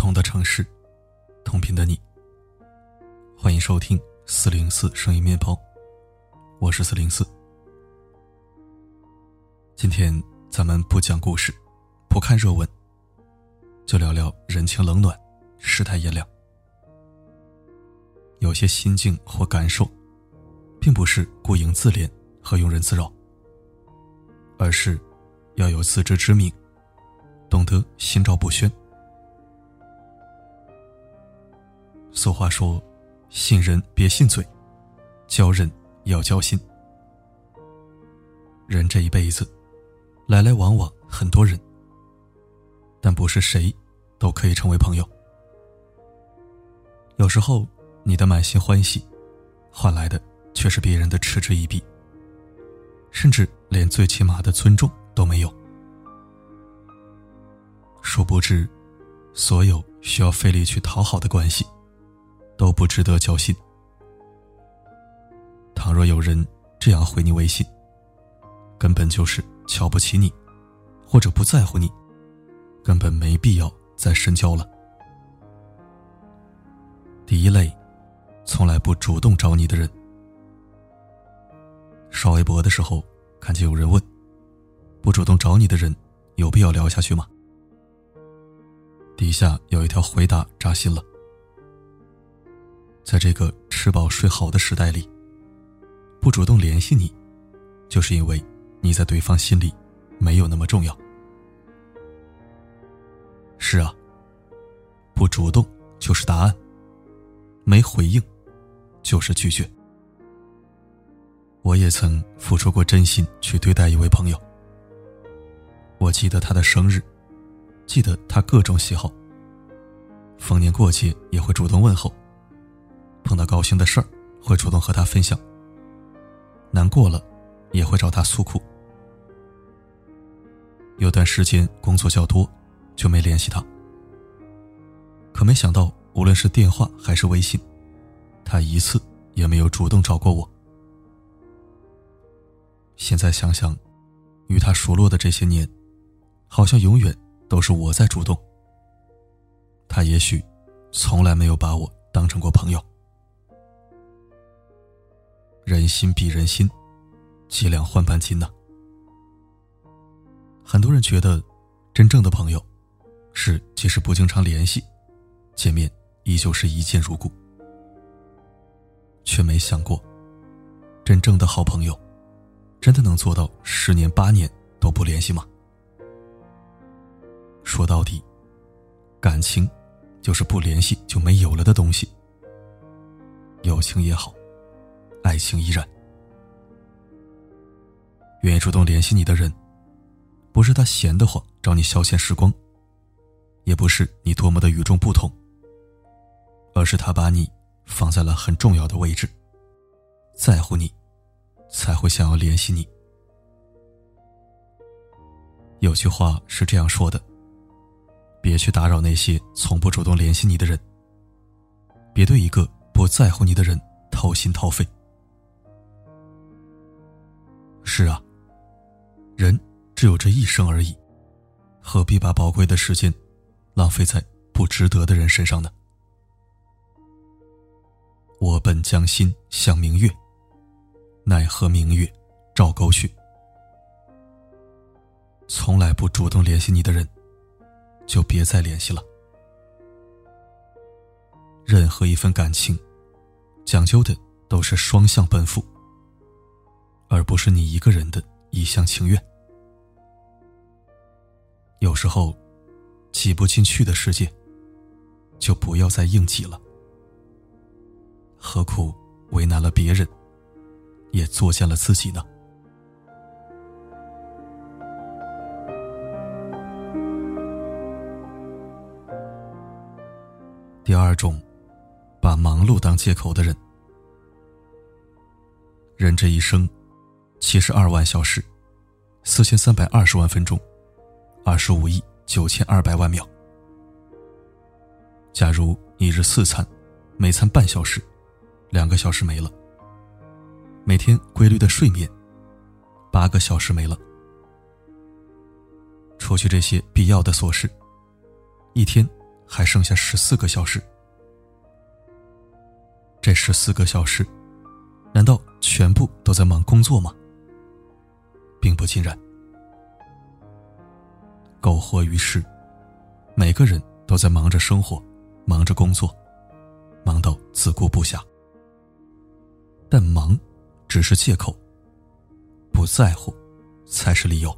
同的城市，同频的你。欢迎收听404声音面包，我是404。今天咱们不讲故事，不看热文，就聊聊人情冷暖，世态炎凉。有些心境或感受并不是顾影自怜和庸人自扰，而是要有自知之明，懂得心照不宣。俗话说，信人别信嘴，交人要交心。人这一辈子来来往往很多人，但不是谁都可以成为朋友。有时候你的满心欢喜换来的却是别人的嗤之以鼻，甚至连最起码的尊重都没有。殊不知，所有需要费力去讨好的关系都不值得交心。倘若有人这样回你微信，根本就是瞧不起你，或者不在乎你，根本没必要再深交了。第一类，从来不主动找你的人。刷微博的时候看见有人问，不主动找你的人有必要聊下去吗？底下有一条回答扎心了。在这个吃饱睡好的时代里，不主动联系你，就是因为你在对方心里没有那么重要。是啊，不主动就是答案，没回应就是拒绝。我也曾付出过真心去对待一位朋友，我记得他的生日，记得他各种喜好，逢年过节也会主动问候，碰到高兴的事儿会主动和他分享，难过了也会找他诉苦。有段时间工作较多，就没联系他，可没想到无论是电话还是微信，他一次也没有主动找过我。现在想想，与他熟络的这些年，好像永远都是我在主动，他也许从来没有把我当成过朋友。人心比人心，几两换半斤呢。很多人觉得真正的朋友是即使不经常联系，见面依旧是一见如故，却没想过真正的好朋友真的能做到10年8年都不联系吗？说到底，感情就是不联系就没有了的东西，友情也好，爱情依然。愿意主动联系你的人，不是他闲得慌找你消遣时光，也不是你多么的与众不同，而是他把你放在了很重要的位置，在乎你，才会想要联系你。有句话是这样说的，别去打扰那些从不主动联系你的人，别对一个不在乎你的人掏心掏肺。是啊，人只有这一生而已，何必把宝贵的时间浪费在不值得的人身上呢？我本将心向明月，奈何明月照沟渠。从来不主动联系你的人，就别再联系了。任何一份感情，讲究的都是双向奔赴，而不是你一个人的一厢情愿。有时候，挤不进去的世界，就不要再硬挤了。何苦为难了别人，也作践了自己呢？第二种，把忙碌当借口的人。人这一生72万小时，4320万分钟，25亿9200万秒。假如一日4餐，每餐半小时，2个小时没了。每天规律的睡眠，8个小时没了。除去这些必要的琐事，一天还剩下14个小时。这14个小时，难道全部都在忙工作吗？并不尽然。苟活于世，每个人都在忙着生活，忙着工作，忙到自顾不暇。但忙只是借口，不在乎才是理由。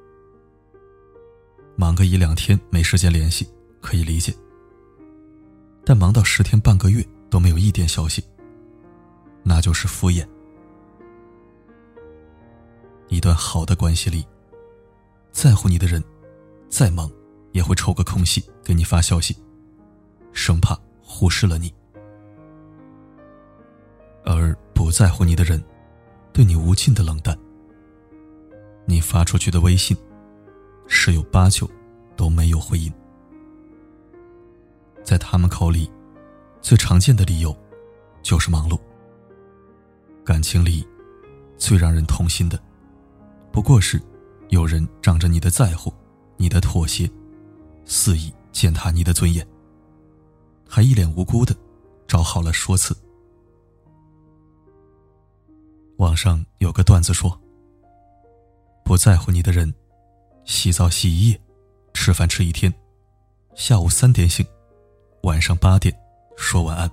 忙个1-2天没时间联系可以理解，但忙到10天半个月都没有一点消息，那就是敷衍。一段好的关系里，在乎你的人再忙也会抽个空隙给你发消息，生怕忽视了你。而不在乎你的人对你无尽的冷淡，你发出去的微信十有8九都没有回音。在他们口里，最常见的理由就是忙碌。感情里最让人痛心的不过是有人仗着你的在乎，你的妥协，肆意践踏你的尊严，还一脸无辜的找好了说辞。网上有个段子说，不在乎你的人，洗澡洗一夜，吃饭吃一天，下午3点醒，晚上8点说晚安。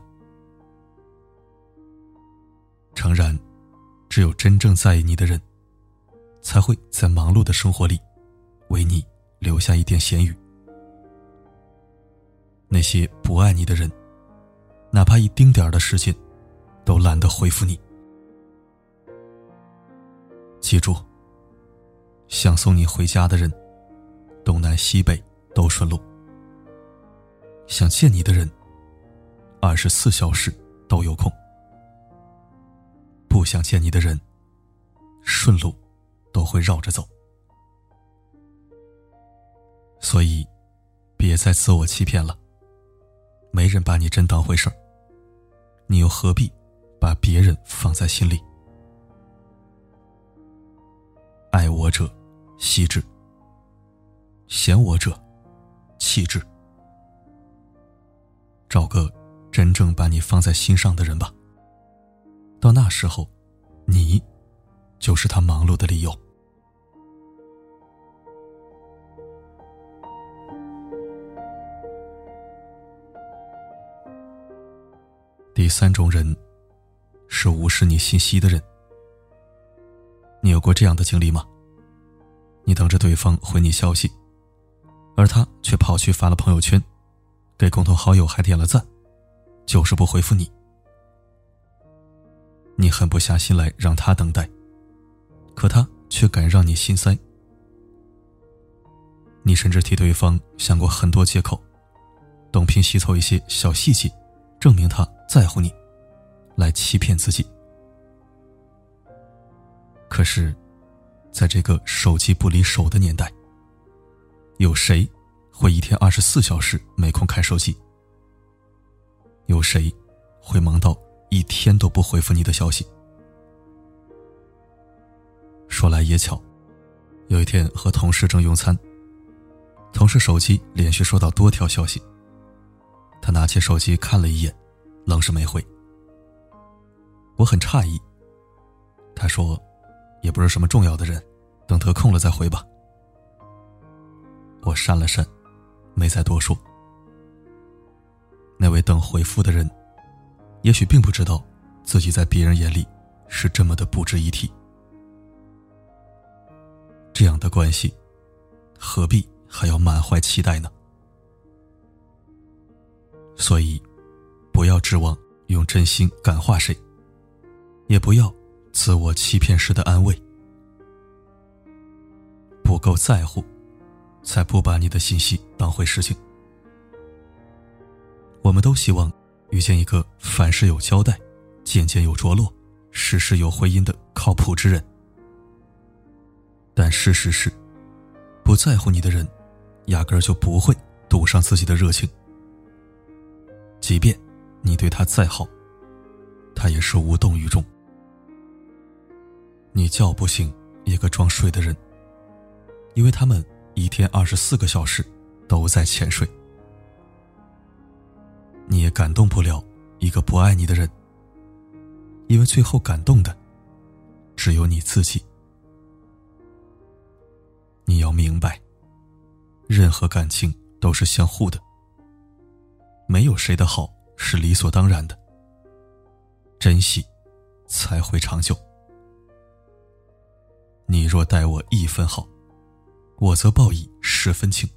诚然，只有真正在意你的人，才会在忙碌的生活里为你留下一点闲语。那些不爱你的人，哪怕一丁点的时间都懒得回复你。记住，想送你回家的人，东南西北都顺路；想见你的人，24小时都有空；不想见你的人，顺路都会绕着走。所以别再自我欺骗了，没人把你真当回事儿，你又何必把别人放在心里？爱我者惜之，嫌我者弃之。找个真正把你放在心上的人吧，到那时候，你就是他忙碌的理由。第3种人是无视你信息的人。你有过这样的经历吗？你等着对方回你消息，而他却跑去发了朋友圈，给共同好友还点了赞，就是不回复你。你狠不下心来让他等待，可他却敢让你心塞。你甚至替对方想过很多借口，东拼西凑一些小细节，证明他在乎你，来欺骗自己。可是在这个手机不离手的年代，有谁会一天24小时没空看手机？有谁会忙到一天都不回复你的消息？说来也巧，有一天和同事正用餐，同事手机连续收到多条消息，他拿起手机看了一眼，愣是没回。我很诧异，他说也不是什么重要的人，等得空了再回吧。我删了删，没再多说。那位等回复的人，也许并不知道自己在别人眼里是这么的不值一提。这样的关系，何必还要满怀期待呢？所以，不要指望用真心感化谁，也不要自我欺骗式的安慰。不够在乎，才不把你的信息当回事情。我们都希望遇见一个凡事有交代，件件有着落，事事有回音的靠谱之人。但事实是，不在乎你的人，压根儿就不会赌上自己的热情。即便你对他再好，他也是无动于衷。你叫不醒一个装睡的人，因为他们一天24个小时都在浅睡。 你也感动不了一个不爱你的人，因为最后感动的只有你自己。你要明白，任何感情都是相互的，没有谁的好是理所当然的，珍惜才会长久。你若待我1分好，我则报以10分情。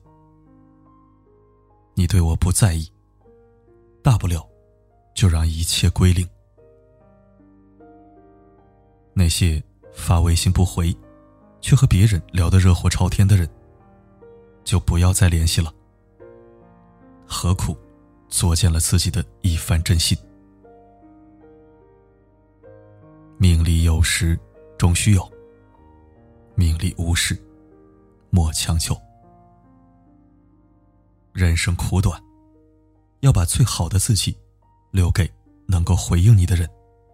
你对我不在意，大不了就让一切归零。那些发微信不回却和别人聊得热火朝天的人，就不要再联系了，何苦作践了自己的一番真心。命里有时终须有，命里无时莫强求。人生苦短，要把最好的自己留给能够回应你的人。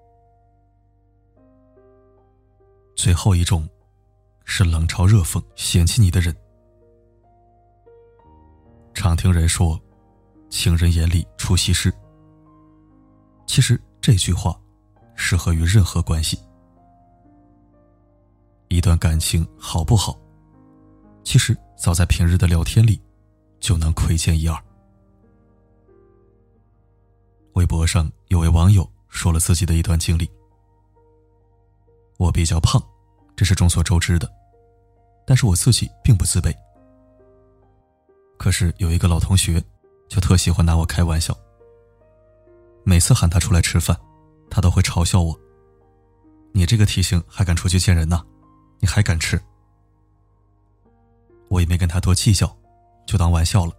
最后一种是冷嘲热讽嫌弃你的人。常听人说情人眼里出西施，其实这句话适合于任何关系。一段感情好不好，其实早在平日的聊天里就能窥见一二。微博上有位网友说了自己的一段经历。我比较胖，这是众所周知的，但是我自己并不自卑。可是有一个老同学就特喜欢拿我开玩笑，每次喊他出来吃饭，他都会嘲笑我，你这个体型还敢出去见人呢？你还敢吃？我也没跟他多计较，就当玩笑了。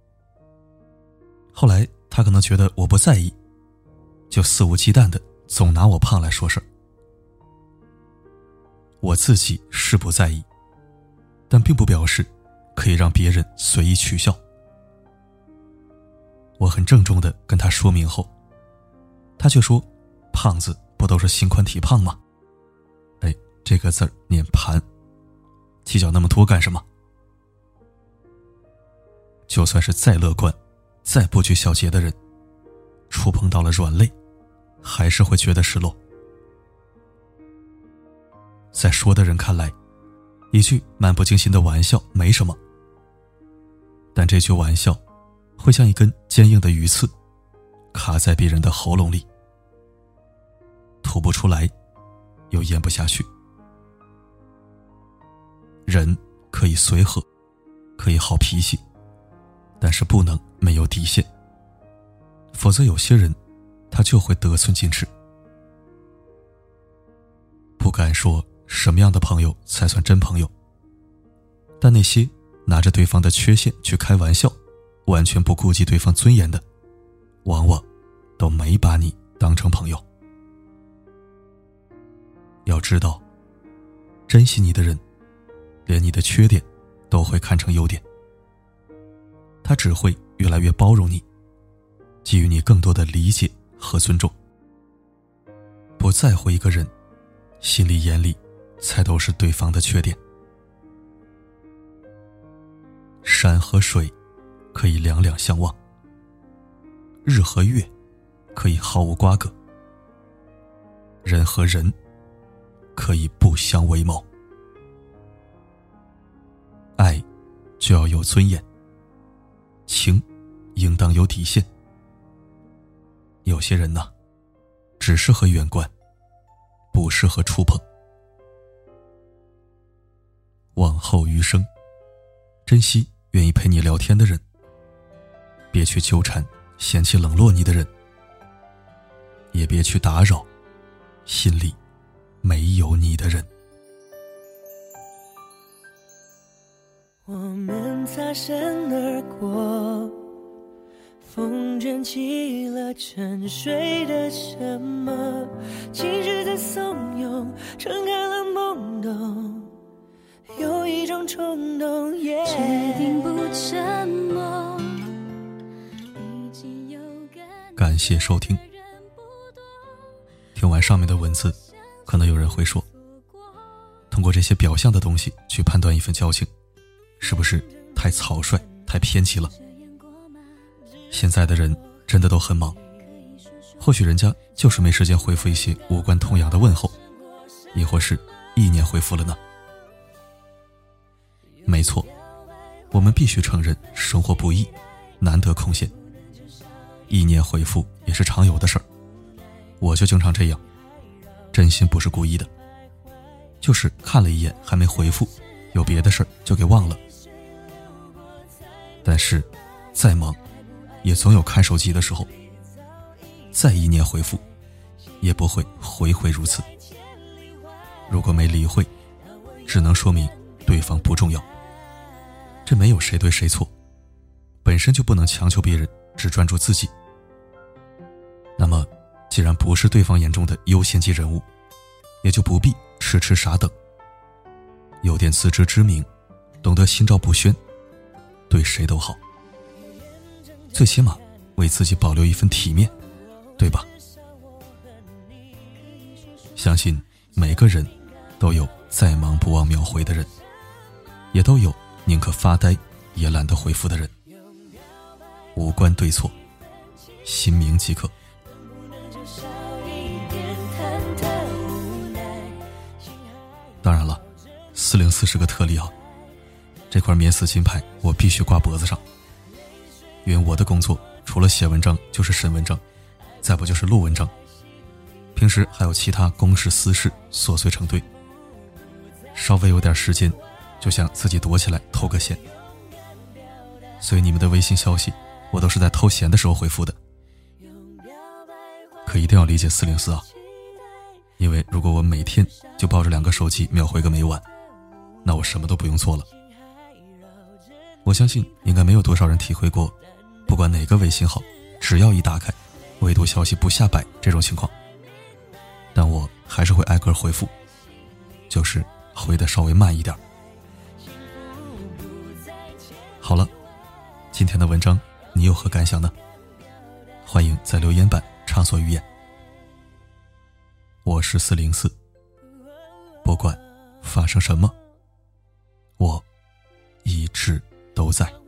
后来他可能觉得我不在意，就肆无忌惮的总拿我胖来说事儿。我自己是不在意，但并不表示可以让别人随意取笑。我很郑重地跟他说明后，他却说胖子不都是心宽体胖吗？这个字儿念盘，计较那么多干什么？就算是再乐观再不拘小节的人，触碰到了软肋还是会觉得失落。在说的人看来，一句漫不经心的玩笑没什么，但这句玩笑会像一根坚硬的鱼刺，卡在别人的喉咙里，吐不出来又咽不下去。人可以随和，可以好脾气，但是不能没有底线，否则有些人他就会得寸进尺。不敢说什么样的朋友才算真朋友，但那些拿着对方的缺陷去开玩笑，完全不顾及对方尊严的，往往都没把你当成朋友。要知道，珍惜你的人连你的缺点都会看成优点，他只会越来越包容你，给予你更多的理解和尊重。不在乎一个人，心里眼里才都是对方的缺点。山和水可以两两相望，日和月可以毫无瓜葛，人和人可以不相为谋。爱就要有尊严，情应当有底线。有些人呢，只适合远观，不适合触碰。往后余生，珍惜愿意陪你聊天的人，别去纠缠嫌弃冷落你的人，也别去打扰心里没有你的人。 我们擦身而过，风卷起了沉睡的什么，情绪在怂恿，撑开了懵懂，有一种冲动，决定不沉默。 感谢收听。听完上面的文字，可能有人会说，通过这些表象的东西去判断一份交情，是不是太草率太偏激了？现在的人真的都很忙，或许人家就是没时间回复一些无关痛痒的问候，亦或是意念回复了呢？没错，我们必须承认生活不易，难得空闲，意念回复也是常有的事儿。我就经常这样，真心不是故意的，就是看了一眼还没回复，有别的事儿就给忘了。但是再忙也总有看手机的时候，再意念回复也不会回回如此。如果没理会，只能说明对方不重要，这没有谁对谁错，本身就不能强求别人只专注自己。那么既然不是对方眼中的优先级人物，也就不必痴痴傻等，有点自知之明，懂得心照不宣，对谁都好，最起码为自己保留一份体面，对吧？相信每个人都有再忙不忘秒回的人，也都有宁可发呆也懒得回复的人，无关对错，心明即可。当然了，404是个特例啊，这块免死金牌我必须挂脖子上，因为我的工作除了写文章就是审文章，再不就是录文章，平时还有其他公事私事琐碎成堆，稍微有点时间就想自己躲起来偷个闲，所以你们的微信消息我都是在偷闲的时候回复的。可一定要理解404啊，因为如果我每天就抱着2个手机秒回个没完，那我什么都不用做了。我相信应该没有多少人体会过，不管哪个微信号，只要一打开，未读消息不下百这种情况，但我还是会挨个回复，就是回得稍微慢一点。好了，今天的文章你有何感想呢？欢迎在留言板畅所欲言。我是404，不管发生什么，我一直都在。